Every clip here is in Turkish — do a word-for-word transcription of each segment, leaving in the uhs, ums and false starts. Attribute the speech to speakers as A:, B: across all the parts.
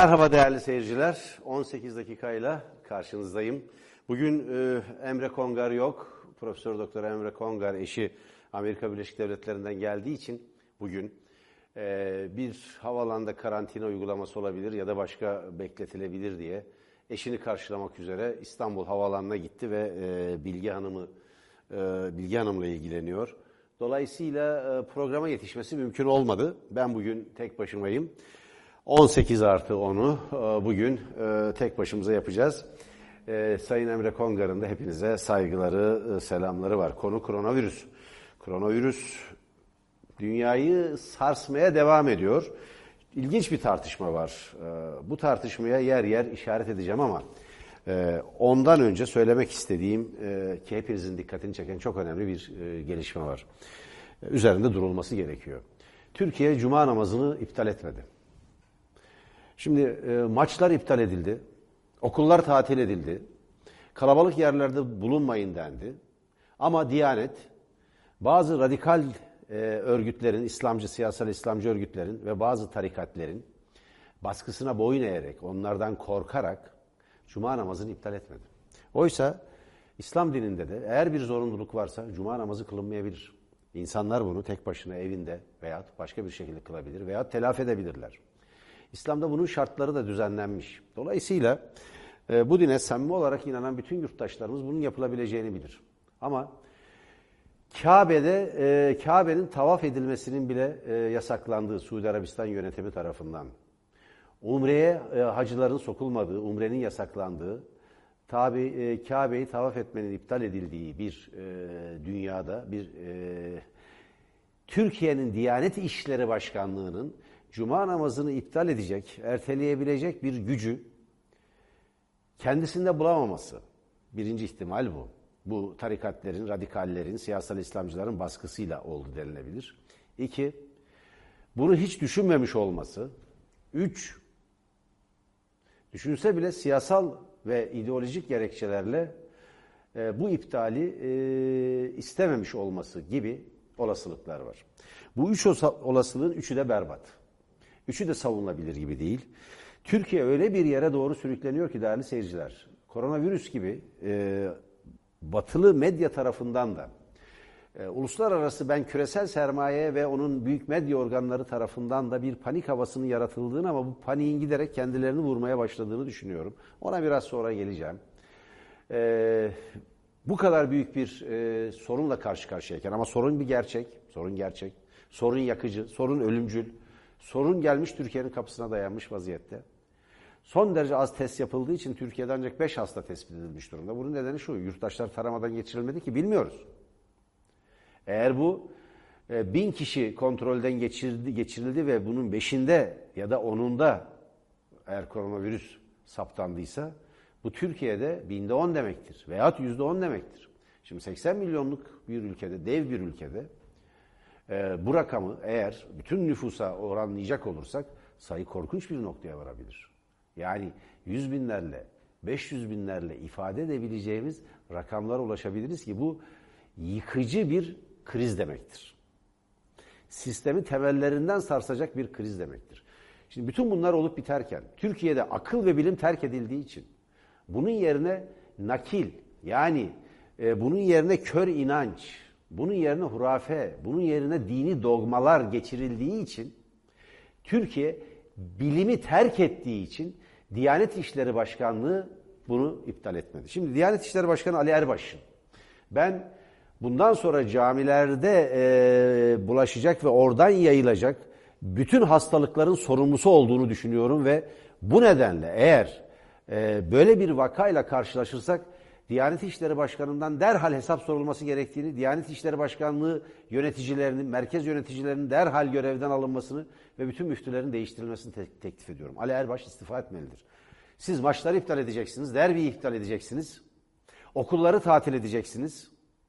A: Merhaba değerli seyirciler, on sekiz dakikayla karşınızdayım. Bugün e, Emre Kongar yok, Profesör Doktor Emre Kongar eşi Amerika Birleşik Devletleri'nden geldiği için bugün e, bir havalanda karantina uygulaması olabilir ya da başka bekletilebilir diye eşini karşılamak üzere İstanbul Havaalanı'na gitti ve e, Bilge Hanım'ı e, Bilge Hanım'la ilgileniyor. Dolayısıyla e, programa yetişmesi mümkün olmadı. Ben bugün tek başımayım. on sekiz artı onu bugün tek başımıza yapacağız. Sayın Emre Kongar'ın da hepinize saygıları, selamları var. Konu koronavirüs. Koronavirüs dünyayı sarsmaya devam ediyor. İlginç bir tartışma var. Bu tartışmaya yer yer işaret edeceğim ama ondan önce söylemek istediğim ki hepinizin dikkatini çeken çok önemli bir gelişme var. Üzerinde durulması gerekiyor. Türkiye Cuma namazını iptal etmedi. Şimdi e, maçlar iptal edildi, okullar tatil edildi, kalabalık yerlerde bulunmayın dendi. Ama Diyanet, bazı radikal e, örgütlerin, İslamcı, siyasal İslamcı örgütlerin ve bazı tarikatlerin baskısına boyun eğerek, onlardan korkarak Cuma namazını iptal etmedi. Oysa İslam dininde de eğer bir zorunluluk varsa Cuma namazı kılınmayabilir. İnsanlar bunu tek başına evinde veya başka bir şekilde kılabilir veya telafi edebilirler. İslam'da bunun şartları da düzenlenmiş. Dolayısıyla e, bu dine samimi olarak inanan bütün yurttaşlarımız bunun yapılabileceğini bilir. Ama Kabe'de e, Kabe'nin tavaf edilmesinin bile e, yasaklandığı Suudi Arabistan yönetimi tarafından, Umre'ye e, hacıların sokulmadığı, Umre'nin yasaklandığı, tabi e, Kabe'yi tavaf etmenin iptal edildiği bir e, dünyada, bir e, Türkiye'nin Diyanet İşleri Başkanlığı'nın Cuma namazını iptal edecek, erteleyebilecek bir gücü kendisinde bulamaması. Birinci ihtimal bu. Bu tarikatlerin, radikallerin, siyasal İslamcıların baskısıyla oldu denilebilir. İki, bunu hiç düşünmemiş olması. Üç, düşünse bile siyasal ve ideolojik gerekçelerle e, bu iptali e, istememiş olması gibi olasılıklar var. Bu üç olasılığın üçü de berbat. Üçü de savunulabilir gibi değil. Türkiye öyle bir yere doğru sürükleniyor ki değerli seyirciler, koronavirüs gibi e, batılı medya tarafından da, e, uluslararası ben küresel sermaye ve onun büyük medya organları tarafından da bir panik havasının yaratıldığını ama bu paniğin giderek kendilerini vurmaya başladığını düşünüyorum. Ona biraz sonra geleceğim. E, bu kadar büyük bir e, sorunla karşı karşıyayken ama sorun bir gerçek, sorun gerçek, sorun yakıcı, sorun ölümcül. Sorun gelmiş Türkiye'nin kapısına dayanmış vaziyette. Son derece az test yapıldığı için Türkiye'de ancak beş hasta tespit edilmiş durumda. Bunun nedeni şu, yurttaşlar taramadan geçirilmedi ki bilmiyoruz. Eğer bu e, bin kişi kontrolden geçirildi, geçirildi ve bunun beşinde ya da onunda eğer koronavirüs saptandıysa bu Türkiye'de binde on demektir veyahut yüzde on demektir. Şimdi seksen milyonluk bir ülkede, dev bir ülkede Ee, bu rakamı eğer bütün nüfusa oranlayacak olursak sayı korkunç bir noktaya varabilir. Yani yüz binlerle, beş yüz binlerle ifade edebileceğimiz rakamlara ulaşabiliriz ki bu yıkıcı bir kriz demektir. Sistemi temellerinden sarsacak bir kriz demektir. Şimdi bütün bunlar olup biterken Türkiye'de akıl ve bilim terk edildiği için bunun yerine nakil yani e, bunun yerine kör inanç, bunun yerine hurafe, bunun yerine dini dogmalar geçirildiği için Türkiye bilimi terk ettiği için Diyanet İşleri Başkanlığı bunu iptal etmedi. Şimdi Diyanet İşleri Başkanı Ali Erbaş'ın ben bundan sonra camilerde e, bulaşacak ve oradan yayılacak bütün hastalıkların sorumlusu olduğunu düşünüyorum ve bu nedenle eğer e, böyle bir vakayla karşılaşırsak Diyanet İşleri Başkanı'ndan derhal hesap sorulması gerektiğini, Diyanet İşleri Başkanlığı yöneticilerinin, merkez yöneticilerinin derhal görevden alınmasını ve bütün müftülerin değiştirilmesini te- teklif ediyorum. Ali Erbaş istifa etmelidir. Siz maçları iptal edeceksiniz, derbiyi iptal edeceksiniz, okulları tatil edeceksiniz,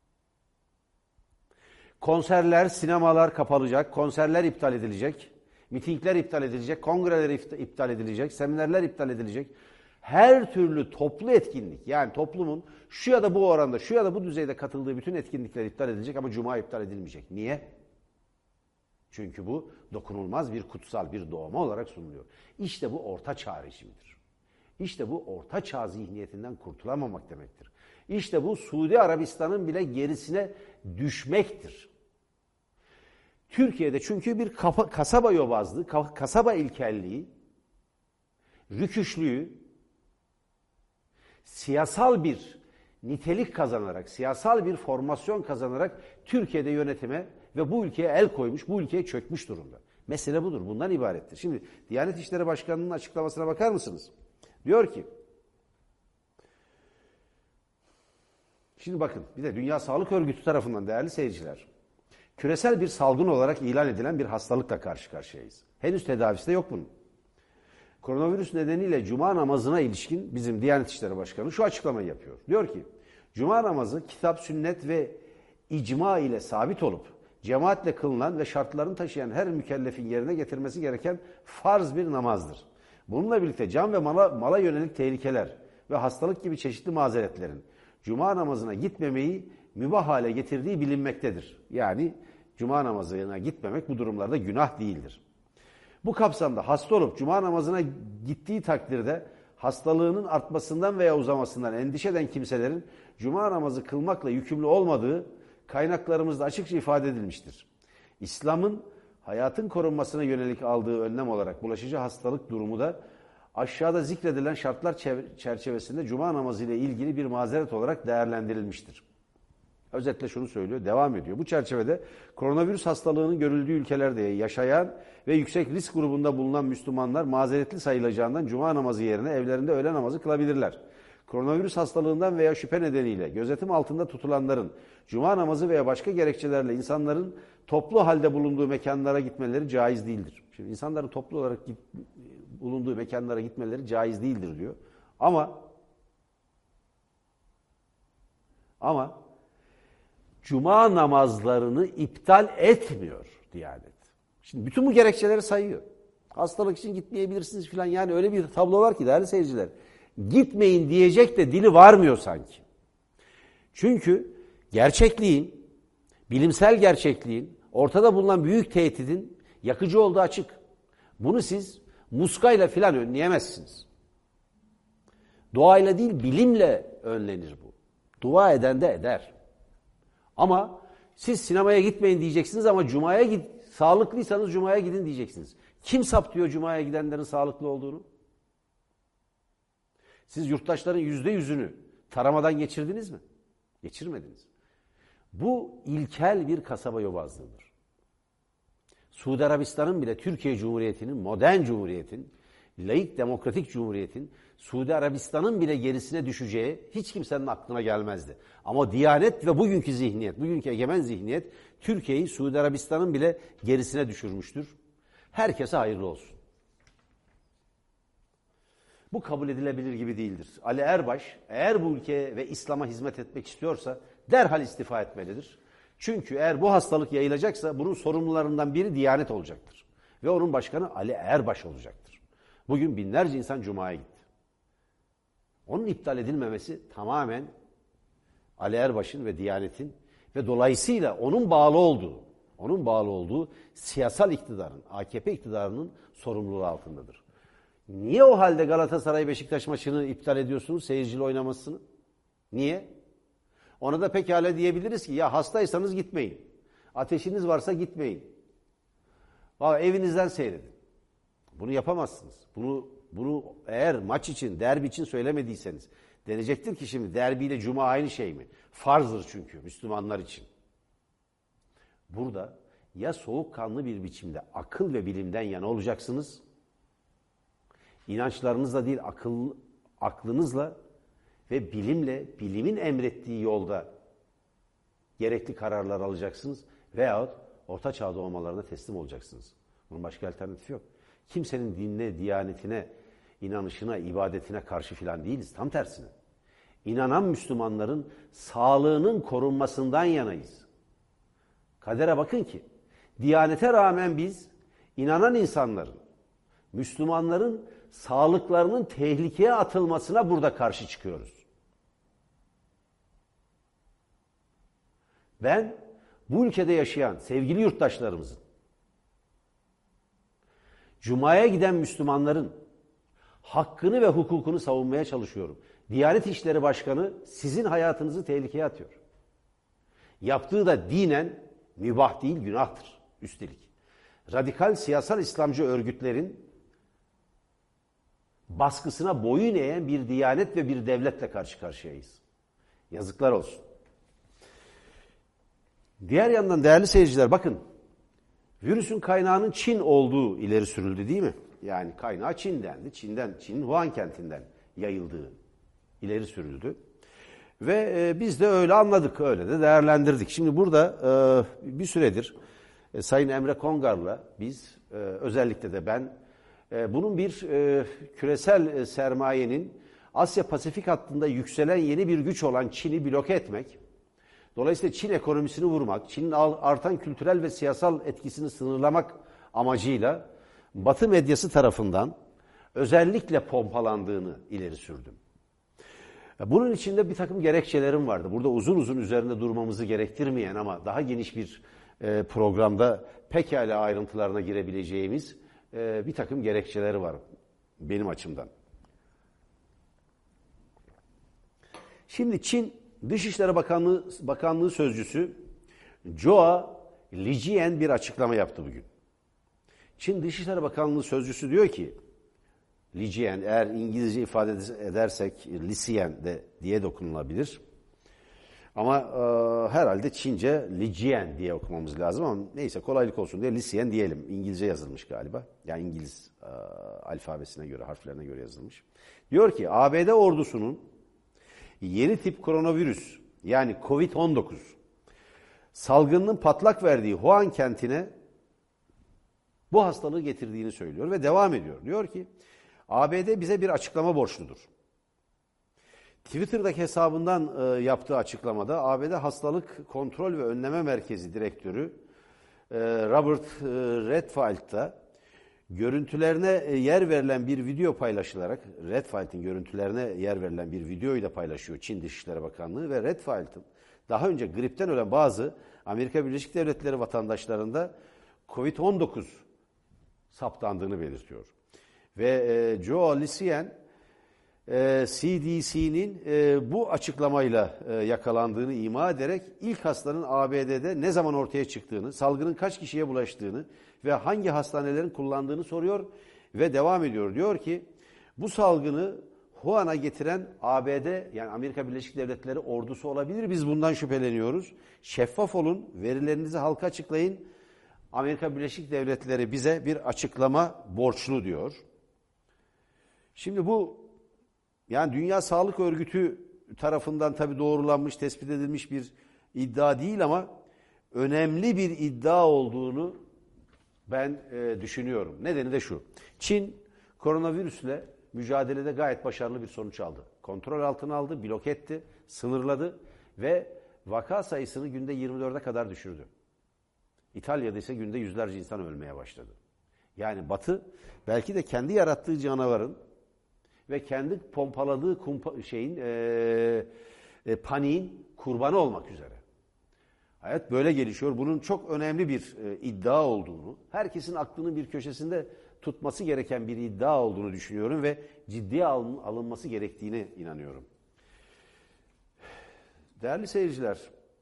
A: konserler, sinemalar kapalacak, konserler iptal edilecek, mitingler iptal edilecek, kongreler iptal edilecek, seminerler iptal edilecek. Her türlü toplu etkinlik yani toplumun şu ya da bu oranda, şu ya da bu düzeyde katıldığı bütün etkinlikler iptal edilecek ama Cuma iptal edilmeyecek. Niye? Çünkü bu dokunulmaz bir kutsal bir doğma olarak sunuluyor. İşte bu orta çağ rejimidir. İşte bu orta çağ zihniyetinden kurtulamamak demektir. İşte bu Suudi Arabistan'ın bile gerisine düşmektir. Türkiye'de çünkü bir kafa, kasaba yobazlığı, kasaba ilkelliği, rüküşlüğü, siyasal bir nitelik kazanarak, siyasal bir formasyon kazanarak Türkiye'de yönetime ve bu ülkeye el koymuş, bu ülkeye çökmüş durumda. Mesele budur, bundan ibarettir. Şimdi Diyanet İşleri Başkanı'nın açıklamasına bakar mısınız? Diyor ki, şimdi bakın bir de Dünya Sağlık Örgütü tarafından değerli seyirciler, küresel bir salgın olarak ilan edilen bir hastalıkla karşı karşıyayız. Henüz tedavisi de yok bunun. Koronavirüs nedeniyle Cuma namazına ilişkin bizim Diyanet İşleri Başkanı şu açıklamayı yapıyor. Diyor ki, Cuma namazı kitap, sünnet ve icma ile sabit olup cemaatle kılınan ve şartlarını taşıyan her mükellefin yerine getirmesi gereken farz bir namazdır. Bununla birlikte can ve mala, mala yönelik tehlikeler ve hastalık gibi çeşitli mazeretlerin Cuma namazına gitmemeyi mübah hale getirdiği bilinmektedir. Yani Cuma namazına gitmemek bu durumlarda günah değildir. Bu kapsamda hasta olup Cuma namazına gittiği takdirde hastalığının artmasından veya uzamasından endişe eden kimselerin Cuma namazı kılmakla yükümlü olmadığı kaynaklarımızda açıkça ifade edilmiştir. İslam'ın hayatın korunmasına yönelik aldığı önlem olarak bulaşıcı hastalık durumu da aşağıda zikredilen şartlar çerçevesinde Cuma namazı ile ilgili bir mazeret olarak değerlendirilmiştir. Özetle şunu söylüyor, devam ediyor. Bu çerçevede koronavirüs hastalığının görüldüğü ülkelerde yaşayan ve yüksek risk grubunda bulunan Müslümanlar mazeretli sayılacağından Cuma namazı yerine evlerinde öğle namazı kılabilirler. Koronavirüs hastalığından veya şüphe nedeniyle gözetim altında tutulanların Cuma namazı veya başka gerekçelerle insanların toplu halde bulunduğu mekanlara gitmeleri caiz değildir. Şimdi insanların toplu olarak git, bulunduğu mekanlara gitmeleri caiz değildir diyor. Ama ama Cuma namazlarını iptal etmiyor Diyanet. Şimdi bütün bu gerekçeleri sayıyor. Hastalık için gitmeyebilirsiniz falan, yani öyle bir tablo var ki değerli seyirciler. Gitmeyin diyecek de dili varmıyor sanki. Çünkü gerçekliğin, bilimsel gerçekliğin, ortada bulunan büyük tehdidin yakıcı olduğu açık. Bunu siz muskayla falan önleyemezsiniz. Doğayla değil, bilimle önlenir bu. Dua eden de eder. Ama siz sinemaya gitmeyin diyeceksiniz ama Cuma'ya git, sağlıklıysanız Cuma'ya gidin diyeceksiniz. Kim saptıyor Cuma'ya gidenlerin sağlıklı olduğunu? Siz yurttaşların yüzde yüzünü taramadan geçirdiniz mi? Geçirmediniz. Bu ilkel bir kasaba yobazlığıdır. Suudi Arabistan'ın bile Türkiye Cumhuriyeti'nin, modern cumhuriyetin, laik demokratik cumhuriyetin, Suudi Arabistan'ın bile gerisine düşeceği hiç kimsenin aklına gelmezdi. Ama Diyanet ve bugünkü zihniyet, bugünkü egemen zihniyet Türkiye'yi Suudi Arabistan'ın bile gerisine düşürmüştür. Herkese hayırlı olsun. Bu kabul edilebilir gibi değildir. Ali Erbaş eğer bu ülkeye ve İslam'a hizmet etmek istiyorsa derhal istifa etmelidir. Çünkü eğer bu hastalık yayılacaksa bunun sorumlularından biri Diyanet olacaktır. Ve onun başkanı Ali Erbaş olacaktır. Bugün binlerce insan Cuma'ya gitti. Onun iptal edilmemesi tamamen Ali Erbaş'ın ve Diyanet'in ve dolayısıyla onun bağlı olduğu, onun bağlı olduğu siyasal iktidarın, A K P iktidarının sorumluluğu altındadır. Niye o halde Galatasaray Beşiktaş maçını iptal ediyorsunuz, seyircili oynamasını? Niye? Ona da pekala diyebiliriz ki ya hastaysanız gitmeyin. Ateşiniz varsa gitmeyin. Vallahi evinizden seyredin. Bunu yapamazsınız. Bunu bunu eğer maç için, derbi için söylemediyseniz denecektir ki şimdi derbiyle cuma aynı şey mi? Farzdır çünkü Müslümanlar için. Burada ya soğukkanlı bir biçimde akıl ve bilimden yana olacaksınız. İnançlarınızla değil, akıl, aklınızla ve bilimle, bilimin emrettiği yolda gerekli kararlar alacaksınız veyahut orta çağ doğmalarına teslim olacaksınız. Bunun başka alternatifi yok. Kimsenin dinine, diyanetine, inanışına, ibadetine karşı filan değiliz. Tam tersine. İnanan Müslümanların sağlığının korunmasından yanayız. Kadere bakın ki, diyanete rağmen biz inanan insanların, Müslümanların sağlıklarının tehlikeye atılmasına burada karşı çıkıyoruz. Ben bu ülkede yaşayan sevgili yurttaşlarımızın Cuma'ya giden Müslümanların hakkını ve hukukunu savunmaya çalışıyorum. Diyanet İşleri Başkanı sizin hayatınızı tehlikeye atıyor. Yaptığı da dinen mübah değil, günahtır üstelik. Radikal siyasal İslamcı örgütlerin baskısına boyun eğen bir diyanet ve bir devletle karşı karşıyayız. Yazıklar olsun. Diğer yandan değerli seyirciler bakın, virüsün kaynağının Çin olduğu ileri sürüldü değil mi? Yani kaynağı Çin dendi. Çin'den, Çin'in Wuhan kentinden yayıldığı ileri sürüldü. Ve e, biz de öyle anladık, öyle de değerlendirdik. Şimdi burada e, bir süredir e, Sayın Emre Kongar'la biz, e, özellikle de ben, e, bunun bir e, küresel e, sermayenin Asya-Pasifik hattında yükselen yeni bir güç olan Çin'i bloke etmek, dolayısıyla Çin ekonomisini vurmak, Çin'in artan kültürel ve siyasal etkisini sınırlamak amacıyla Batı medyası tarafından özellikle pompalandığını ileri sürdüm. Bunun içinde bir takım gerekçelerim vardı. Burada uzun uzun üzerinde durmamızı gerektirmeyen ama daha geniş bir e, programda pekala ayrıntılarına girebileceğimiz e, bir takım gerekçeleri var benim açımdan. Şimdi Çin Dışişleri Bakanlığı, Bakanlığı Sözcüsü Zhou Lijian bir açıklama yaptı bugün. Çin Dışişleri Bakanlığı Sözcüsü diyor ki, Lijian, eğer İngilizce ifade edersek Lijian de diye dokunulabilir. Ama e, herhalde Çince Lijian diye okumamız lazım ama neyse kolaylık olsun diye Lijian diyelim. İngilizce yazılmış galiba. Yani İngiliz e, alfabesine göre, harflerine göre yazılmış. Diyor ki A B D ordusunun yeni tip koronavirüs yani kovid on dokuz salgınının patlak verdiği Wuhan kentine bu hastalığı getirdiğini söylüyor ve devam ediyor. Diyor ki A B D bize bir açıklama borçludur. Twitter'daki hesabından e, yaptığı açıklamada A B D Hastalık Kontrol ve Önleme Merkezi Direktörü e, Robert e, Redfield'da görüntülerine e, yer verilen bir video paylaşılarak, Redfield'in görüntülerine yer verilen bir videoyu da paylaşıyor Çin Dışişleri Bakanlığı ve Redfield'in daha önce gripten ölen bazı Amerika Birleşik Devletleri vatandaşlarında kovid on dokuz saptandığını belirtiyor. Ve e, Zhou Lijian e, C D C'nin e, bu açıklamayla e, yakalandığını ima ederek ilk hastanın A B D'de ne zaman ortaya çıktığını, salgının kaç kişiye bulaştığını ve hangi hastanelerin kullandığını soruyor ve devam ediyor. Diyor ki bu salgını Wuhan'a getiren A B D yani Amerika Birleşik Devletleri ordusu olabilir. Biz bundan şüpheleniyoruz. Şeffaf olun, verilerinizi halka açıklayın. Amerika Birleşik Devletleri bize bir açıklama borçlu diyor. Şimdi bu yani Dünya Sağlık Örgütü tarafından tabii doğrulanmış, tespit edilmiş bir iddia değil ama önemli bir iddia olduğunu ben e, düşünüyorum. Nedeni de şu. Çin koronavirüsle mücadelede gayet başarılı bir sonuç aldı. Kontrol altına aldı, blok etti, sınırladı ve vaka sayısını günde yirmi dörde kadar düşürdü. İtalya'da ise günde yüzlerce insan ölmeye başladı. Yani Batı belki de kendi yarattığı canavarın ve kendi pompaladığı kumpa, şeyin e, e, paniğin kurbanı olmak üzere. Hayat böyle gelişiyor. Bunun çok önemli bir e, iddia olduğunu, herkesin aklının bir köşesinde tutması gereken bir iddia olduğunu düşünüyorum ve ciddiye alın, alınması gerektiğine inanıyorum. Değerli seyirciler,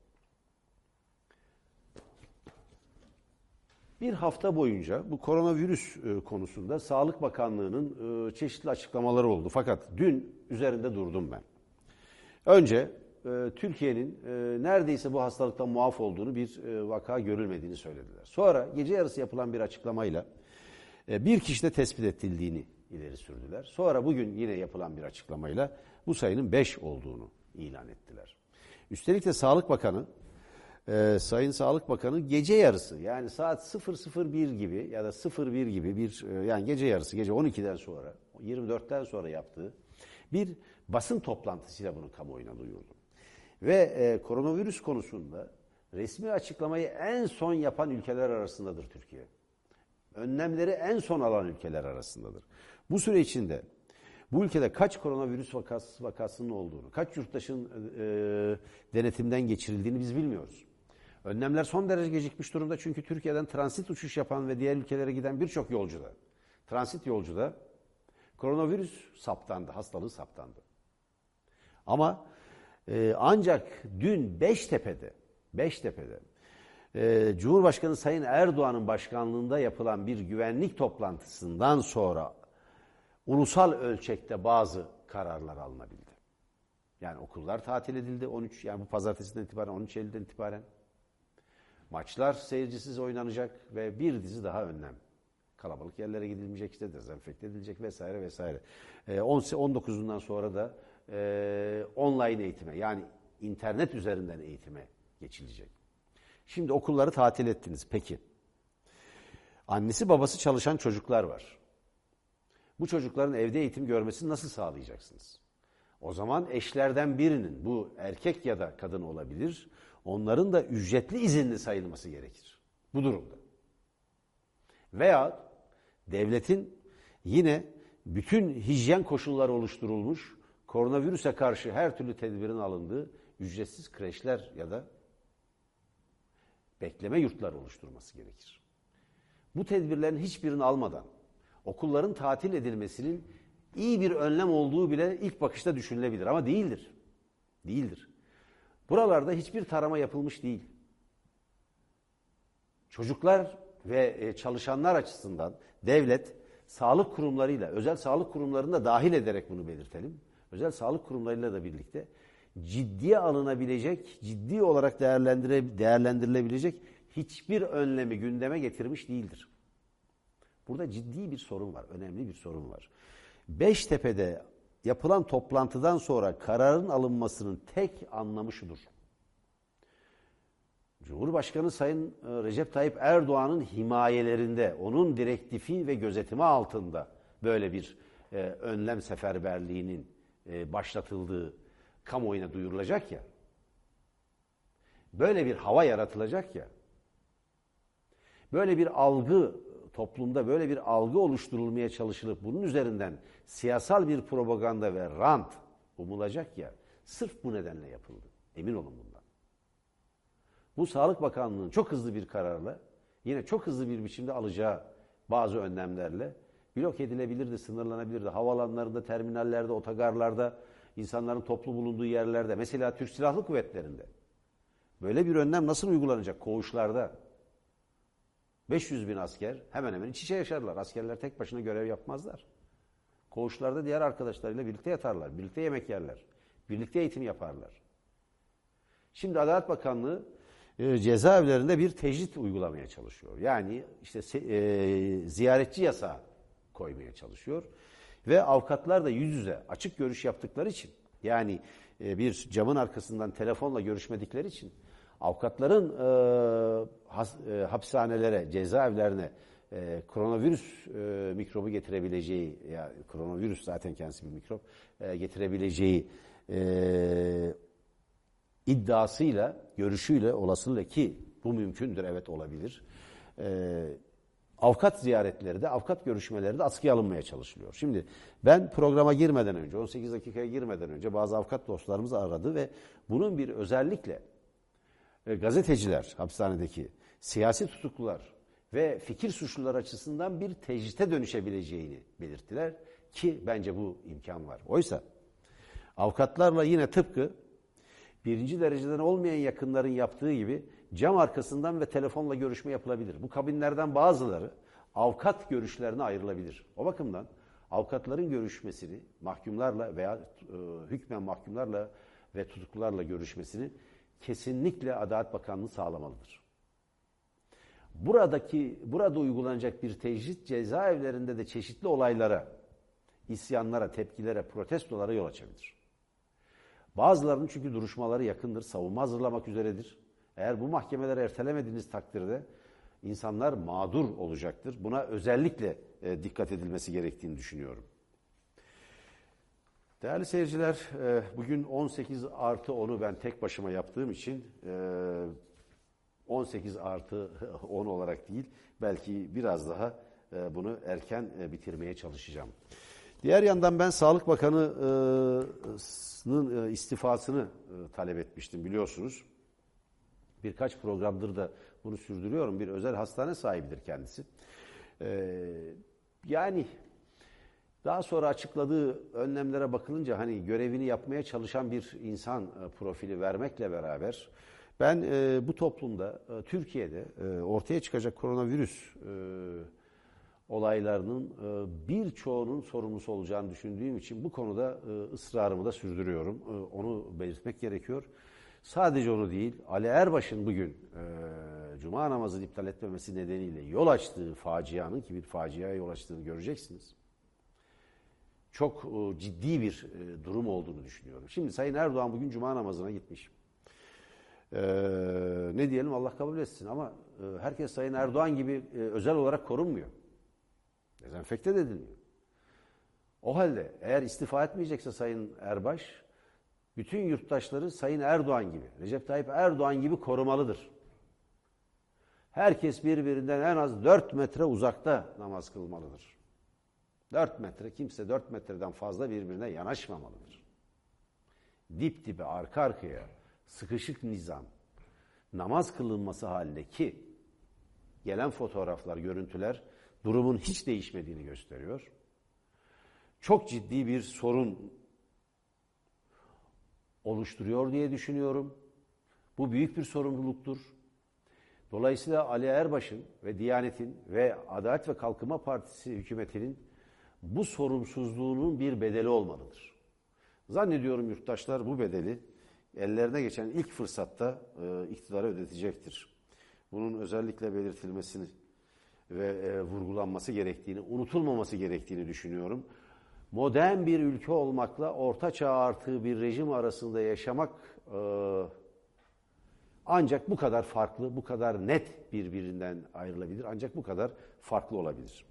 A: bir hafta boyunca bu koronavirüs konusunda Sağlık Bakanlığı'nın çeşitli açıklamaları oldu. Fakat dün üzerinde durdum ben. Önce Türkiye'nin neredeyse bu hastalıktan muaf olduğunu, bir vaka görülmediğini söylediler. Sonra gece yarısı yapılan bir açıklamayla bir kişide tespit edildiğini ileri sürdüler. Sonra bugün yine yapılan bir açıklamayla bu sayının beş olduğunu ilan ettiler. Üstelik de Sağlık Bakanı, Ee, Sayın Sağlık Bakanı gece yarısı yani saat sıfır sıfır bir gibi ya da sıfır bir gibi bir yani gece yarısı gece on ikiden sonra yirmi dörtten sonra yaptığı bir basın toplantısıyla bunu kamuoyuna duyurdu. Ve e, koronavirüs konusunda resmi açıklamayı en son yapan ülkeler arasındadır Türkiye. Önlemleri en son alan ülkeler arasındadır. Bu süre içinde bu ülkede kaç koronavirüs vakası, vakasının olduğunu, kaç yurttaşın e, denetimden geçirildiğini biz bilmiyoruz. Önlemler son derece gecikmiş durumda çünkü Türkiye'den transit uçuş yapan ve diğer ülkelere giden birçok yolcu da Transit yolcuda koronavirüs saptandı, hastalığı saptandı. Ama e, ancak dün Beştepe'de, Beştepe'de e, Cumhurbaşkanı Sayın Erdoğan'ın başkanlığında yapılan bir güvenlik toplantısından sonra ulusal ölçekte bazı kararlar alınabildi. Yani okullar tatil edildi on üç, yani bu pazartesiden itibaren, on üç Eylül'den itibaren. Maçlar seyircisiz oynanacak ve bir dizi daha önlem. Kalabalık yerlere gidilmeyecek, işte dezenfekte edilecek vesaire vesaire. E, on dokuzundan sonra da e, online eğitime, yani internet üzerinden eğitime geçilecek. Şimdi okulları tatil ettiniz. Peki. Annesi babası çalışan çocuklar var. Bu çocukların evde eğitim görmesini nasıl sağlayacaksınız? O zaman eşlerden birinin, bu erkek ya da kadın olabilir, onların da ücretli izinli sayılması gerekir bu durumda. Veya devletin yine bütün hijyen koşulları oluşturulmuş, koronavirüse karşı her türlü tedbirin alındığı ücretsiz kreşler ya da bekleme yurtları oluşturması gerekir. Bu tedbirlerin hiçbirini almadan okulların tatil edilmesinin iyi bir önlem olduğu bile ilk bakışta düşünülebilir ama değildir. Değildir. Buralarda hiçbir tarama yapılmış değil. Çocuklar ve çalışanlar açısından devlet sağlık kurumlarıyla, özel sağlık kurumlarını da dahil ederek bunu belirtelim. Özel sağlık kurumlarıyla da birlikte ciddiye alınabilecek, ciddi olarak değerlendire, değerlendirilebilecek hiçbir önlemi gündeme getirmiş değildir. Burada ciddi bir sorun var, önemli bir sorun var. Beştepe'de yapılan toplantıdan sonra kararın alınmasının tek anlamı şudur. Cumhurbaşkanı Sayın Recep Tayyip Erdoğan'ın himayelerinde, onun direktifi ve gözetimi altında böyle bir e, önlem seferberliğinin e, başlatıldığı kamuoyuna duyurulacak ya, böyle bir hava yaratılacak ya, böyle bir algı, toplumda böyle bir algı oluşturulmaya çalışılıp bunun üzerinden siyasal bir propaganda ve rant umulacak ya, sırf bu nedenle yapıldı. Emin olun bundan. Bu Sağlık Bakanlığı'nın çok hızlı bir kararla, yine çok hızlı bir biçimde alacağı bazı önlemlerle blok edilebilirdi, sınırlanabilirdi. Havalanlarında, terminallerde, otogarlarda, insanların toplu bulunduğu yerlerde, mesela Türk Silahlı Kuvvetleri'nde. Böyle bir önlem nasıl uygulanacak? Koğuşlarda. beş yüz bin asker hemen hemen iç içe yaşarlar. Askerler tek başına görev yapmazlar. Koğuşlarda diğer arkadaşlarıyla birlikte yatarlar, birlikte yemek yerler, birlikte eğitim yaparlar. Şimdi Adalet Bakanlığı e, cezaevlerinde bir tecrit uygulamaya çalışıyor. Yani işte e, ziyaretçi yasağı koymaya çalışıyor. Ve avukatlar da yüz yüze açık görüş yaptıkları için, yani e, bir camın arkasından telefonla görüşmedikleri için avukatların e, has, e, hapishanelere, cezaevlerine e, koronavirüs e, mikrobu getirebileceği, ya koronavirüs zaten kendisi bir mikrop, e, getirebileceği e, iddiasıyla, görüşüyle, olasılıkla, ki bu mümkündür, evet olabilir, e, avukat ziyaretleri de, avukat görüşmeleri de askıya alınmaya çalışılıyor. Şimdi ben programa girmeden önce, on sekiz dakikaya girmeden önce bazı avukat dostlarımız aradı ve bunun bir özellikle e, gazeteciler, hapishanedeki siyasi tutuklular ve fikir suçlular açısından bir tecrite dönüşebileceğini belirttiler ki bence bu imkan var. Oysa avukatlarla yine tıpkı birinci dereceden olmayan yakınların yaptığı gibi cam arkasından ve telefonla görüşme yapılabilir. Bu kabinlerden bazıları avukat görüşlerine ayrılabilir. O bakımdan avukatların görüşmesini mahkumlarla veya e, hükmen mahkumlarla ve tutuklularla görüşmesini kesinlikle Adalet Bakanlığı sağlamalıdır. Buradaki burada uygulanacak bir tecrit cezaevlerinde de çeşitli olaylara, isyanlara, tepkilere, protestolara yol açabilir. Bazılarının çünkü duruşmaları yakındır, savunma hazırlamak üzeredir. Eğer bu mahkemeleri ertelemediğiniz takdirde insanlar mağdur olacaktır. Buna özellikle e, dikkat edilmesi gerektiğini düşünüyorum. Değerli seyirciler, e, bugün on sekiz artı onu ben tek başıma yaptığım için e, on sekiz artı on olarak değil, belki biraz daha e, bunu erken e, bitirmeye çalışacağım. Diğer yandan ben Sağlık Bakanı'nın istifasını talep etmiştim, biliyorsunuz. Birkaç programdır da bunu sürdürüyorum. Bir özel hastane sahibidir kendisi. Yani daha sonra açıkladığı önlemlere bakılınca hani görevini yapmaya çalışan bir insan profili vermekle beraber ben e, bu toplumda, e, Türkiye'de e, ortaya çıkacak koronavirüs e, olaylarının e, birçoğunun sorumlusu olacağını düşündüğüm için bu konuda e, ısrarımı da sürdürüyorum. E, onu belirtmek gerekiyor. Sadece onu değil, Ali Erbaş'ın bugün e, Cuma namazını iptal etmemesi nedeniyle yol açtığı facianın, ki bir faciaya yol açtığını göreceksiniz, çok e, ciddi bir e, durum olduğunu düşünüyorum. Şimdi Sayın Erdoğan bugün Cuma namazına gitmiş. E, ne diyelim, Allah kabul etsin, ama e, herkes Sayın Erdoğan gibi e, özel olarak korunmuyor. Dezenfekte de edilmiyor. O halde eğer istifa etmeyecekse Sayın Erbaş, bütün yurttaşları Sayın Erdoğan gibi, Recep Tayyip Erdoğan gibi korumalıdır. Herkes birbirinden en az dört metre uzakta namaz kılmalıdır. Dört metre, kimse dört metreden fazla birbirine yanaşmamalıdır. Dip dibe, arka arkaya, sıkışık nizam, namaz kılınması halindeki gelen fotoğraflar, görüntüler durumun hiç değişmediğini gösteriyor. Çok ciddi bir sorun oluşturuyor diye düşünüyorum. Bu büyük bir sorumluluktur. Dolayısıyla Ali Erbaş'ın ve Diyanet'in ve Adalet ve Kalkınma Partisi hükümetinin bu sorumsuzluğunun bir bedeli olmalıdır. Zannediyorum yurttaşlar bu bedeli ellerine geçen ilk fırsatta e, iktidara ödetecektir. Bunun özellikle belirtilmesini ve e, vurgulanması gerektiğini, unutulmaması gerektiğini düşünüyorum. Modern bir ülke olmakla orta çağ artığı bir rejim arasında yaşamak e, ancak bu kadar farklı, bu kadar net birbirinden ayrılabilir. Ancak bu kadar farklı olabilir.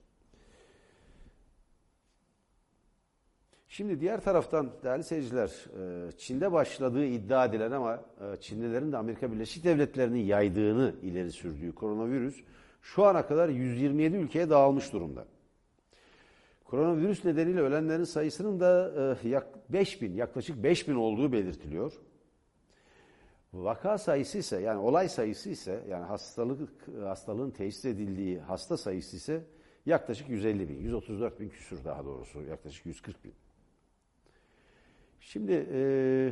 A: Şimdi diğer taraftan değerli seyirciler, Çin'de başladığı iddia edilen ama Çinlilerin de Amerika Birleşik Devletleri'nin yaydığını ileri sürdüğü koronavirüs şu ana kadar yüz yirmi yedi ülkeye dağılmış durumda. Koronavirüs nedeniyle ölenlerin sayısının da beş bin, yaklaşık beş bin olduğu belirtiliyor. Vaka sayısı ise, yani olay sayısı ise, yani hastalık hastalığın teşhis edildiği hasta sayısı ise yaklaşık yüz elli bin, yüz otuz dört bin küsur, daha doğrusu yaklaşık yüz kırk bin. Şimdi e,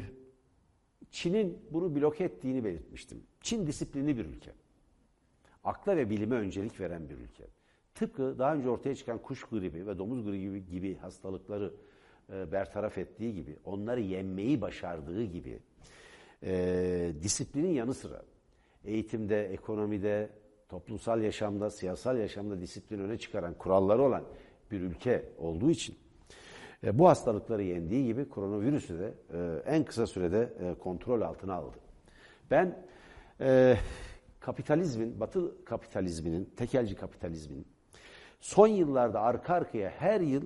A: Çin'in bunu bloke ettiğini belirtmiştim. Çin disiplinli bir ülke. Akla ve bilime öncelik veren bir ülke. Tıpkı daha önce ortaya çıkan kuş gribi ve domuz gribi gibi, gibi hastalıkları e, bertaraf ettiği gibi, onları yenmeyi başardığı gibi e, disiplinin yanı sıra eğitimde, ekonomide, toplumsal yaşamda, siyasal yaşamda disiplini öne çıkaran kuralları olan bir ülke olduğu için e, bu hastalıkları yendiği gibi koronavirüsü de e, en kısa sürede e, kontrol altına aldı. Ben e, kapitalizmin, Batı kapitalizminin, tekelci kapitalizmin son yıllarda arka arkaya her yıl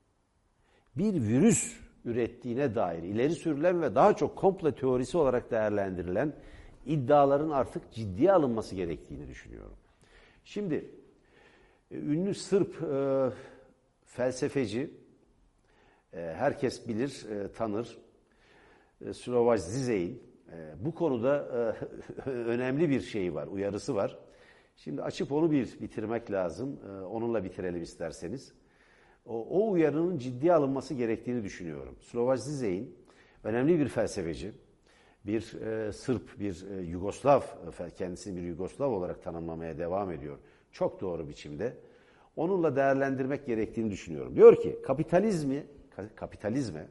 A: bir virüs ürettiğine dair ileri sürülen ve daha çok komplo teorisi olarak değerlendirilen iddiaların artık ciddiye alınması gerektiğini düşünüyorum. Şimdi ünlü Sırp e, felsefeci, e, herkes bilir, e, tanır, e, Slavoj Zizek'in e, bu konuda e, önemli bir şeyi var, uyarısı var. Şimdi açıp onu bir bitirmek lazım. E, onunla bitirelim isterseniz. O, o uyarının ciddiye alınması gerektiğini düşünüyorum. Slavoj Zizek'in önemli bir felsefeci, bir e, Sırp, bir e, Yugoslav, kendisini bir Yugoslav olarak tanımlamaya devam ediyor. Çok doğru biçimde. Onunla değerlendirmek gerektiğini düşünüyorum. Diyor ki kapitalizmi, kapitalizme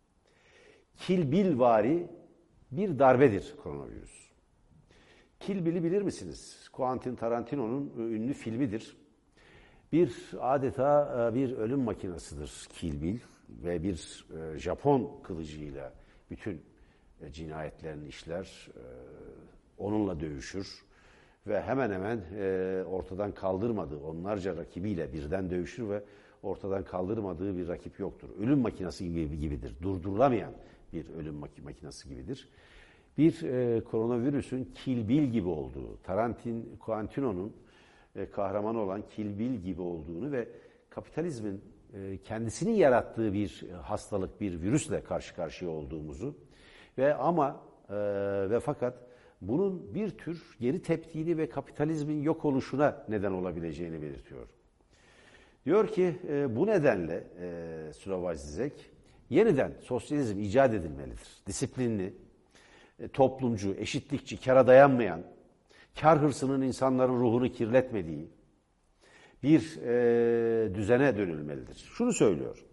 A: Kill Billvari bir darbedir koronavirüs. Kill Bill'i bilir misiniz? Quentin Tarantino'nun ünlü filmidir. Bir adeta bir ölüm makinasıdır Kill Bill ve bir Japon kılıcıyla bütün cinayetlerini işler, onunla dövüşür ve hemen hemen ortadan kaldırmadığı, onlarca rakibiyle birden dövüşür ve ortadan kaldırmadığı bir rakip yoktur. Ölüm makinası gibi gibidir, durdurulamayan bir ölüm makinası gibidir. Bir e, koronavirüsün Kill Bill gibi olduğu, Tarantino, Quentino'nun e, kahramanı olan Kill Bill gibi olduğunu ve kapitalizmin e, kendisinin yarattığı bir hastalık, bir virüsle karşı karşıya olduğumuzu ve ama e, ve fakat bunun bir tür geri teptiğini ve kapitalizmin yok oluşuna neden olabileceğini belirtiyor. Diyor ki e, bu nedenle e, Slavoj Zizek yeniden sosyalizm icat edilmelidir. Disiplinli, e, toplumcu, eşitlikçi, kâra dayanmayan, kâr hırsının insanların ruhunu kirletmediği bir e, düzene dönülmelidir. Şunu söylüyor.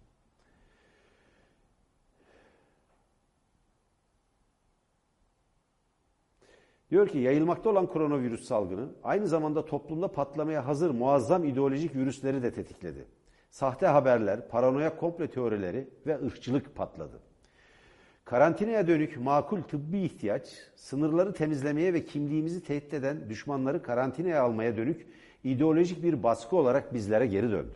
A: Diyor ki yayılmakta olan koronavirüs salgını aynı zamanda toplumda patlamaya hazır muazzam ideolojik virüsleri de tetikledi. Sahte haberler, paranoya komplo teorileri ve ırkçılık patladı. Karantinaya dönük makul tıbbi ihtiyaç, sınırları temizlemeye ve kimliğimizi tehdit eden düşmanları karantinaya almaya dönük ideolojik bir baskı olarak bizlere geri döndü.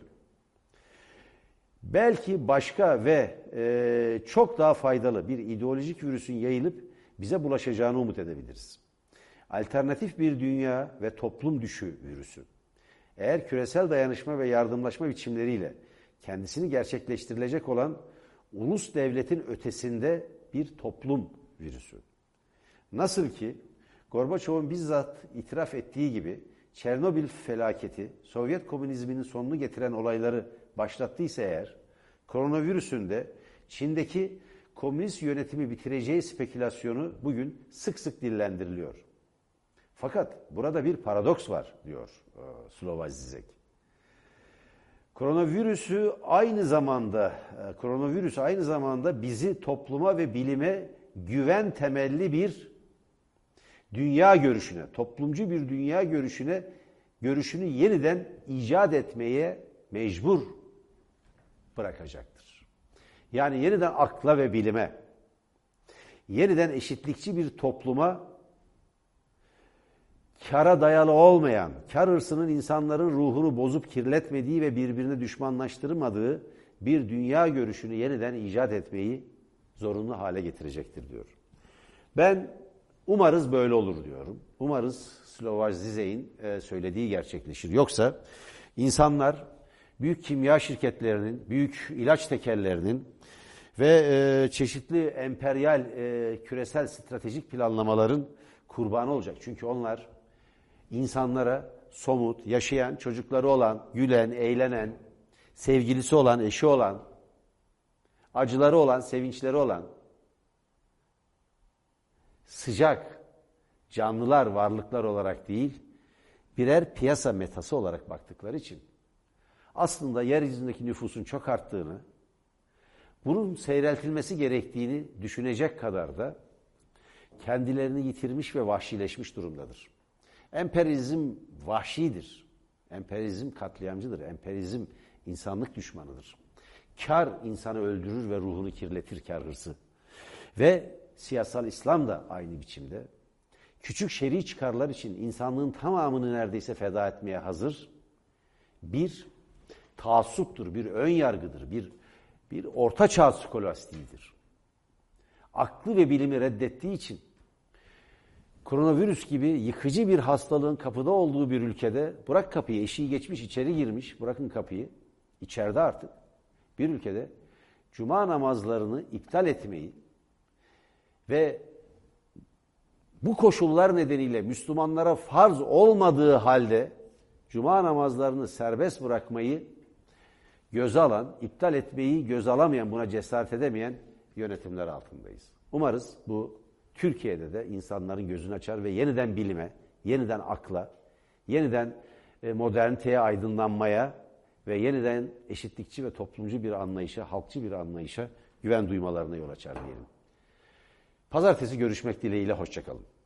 A: Belki başka ve e, çok daha faydalı bir ideolojik virüsün yayılıp bize bulaşacağını umut edebiliriz. Alternatif bir dünya ve toplum düşü virüsü. Eğer küresel dayanışma ve yardımlaşma biçimleriyle kendisini gerçekleştirilecek olan ulus devletin ötesinde bir toplum virüsü. Nasıl ki Gorbaçov'un bizzat itiraf ettiği gibi Çernobil felaketi Sovyet komünizminin sonunu getiren olayları başlattıysa eğer, koronavirüsün de Çin'deki komünist yönetimi bitireceği spekülasyonu bugün sık sık dillendiriliyor. Fakat burada bir paradoks var diyor Slavoj Zizek. Koronavirüsü aynı zamanda koronavirüs aynı zamanda bizi topluma ve bilime güven temelli bir dünya görüşüne, toplumcu bir dünya görüşüne görüşünü yeniden icat etmeye mecbur bırakacaktır. Yani yeniden akla ve bilime, yeniden eşitlikçi bir topluma, kâra dayalı olmayan, kâr hırsının insanların ruhunu bozup kirletmediği ve birbirine düşmanlaştırmadığı bir dünya görüşünü yeniden icat etmeyi zorunlu hale getirecektir diyor. Ben umarız böyle olur diyorum. Umarız Slavoj Zizek'in söylediği gerçekleşir. Yoksa insanlar büyük kimya şirketlerinin, büyük ilaç tekellerinin ve çeşitli emperyal küresel stratejik planlamaların kurbanı olacak. Çünkü onlar insanlara somut, yaşayan, çocukları olan, gülen, eğlenen, sevgilisi olan, eşi olan, acıları olan, sevinçleri olan, sıcak, canlılar, varlıklar olarak değil, birer piyasa metası olarak baktıkları için aslında yeryüzündeki nüfusun çok arttığını, bunun seyreltilmesi gerektiğini düşünecek kadar da kendilerini yitirmiş ve vahşileşmiş durumdadır. Emperyalizm vahşidir. Emperyalizm katliamcıdır. Emperyalizm insanlık düşmanıdır. Kar insanı öldürür ve ruhunu kirletir, kar hırsı. Ve siyasal İslam da aynı biçimde. Küçük şer'i çıkarlar için insanlığın tamamını neredeyse feda etmeye hazır bir taassuptur, bir ön yargıdır, bir, bir ortaçağ skolastiğidir. Aklı ve bilimi reddettiği için koronavirüs gibi yıkıcı bir hastalığın kapıda olduğu bir ülkede, bırak kapıyı, eşiği geçmiş, içeri girmiş, bırakın kapıyı, içeride artık bir ülkede cuma namazlarını iptal etmeyi ve bu koşullar nedeniyle Müslümanlara farz olmadığı halde cuma namazlarını serbest bırakmayı göze alan, iptal etmeyi göze alamayan, buna cesaret edemeyen yönetimler altındayız. Umarız bu Türkiye'de de insanların gözünü açar ve yeniden bilime, yeniden akla, yeniden moderniteye, aydınlanmaya ve yeniden eşitlikçi ve toplumcu bir anlayışa, halkçı bir anlayışa güven duymalarına yol açar diyelim. Pazartesi görüşmek dileğiyle, hoşça kalın.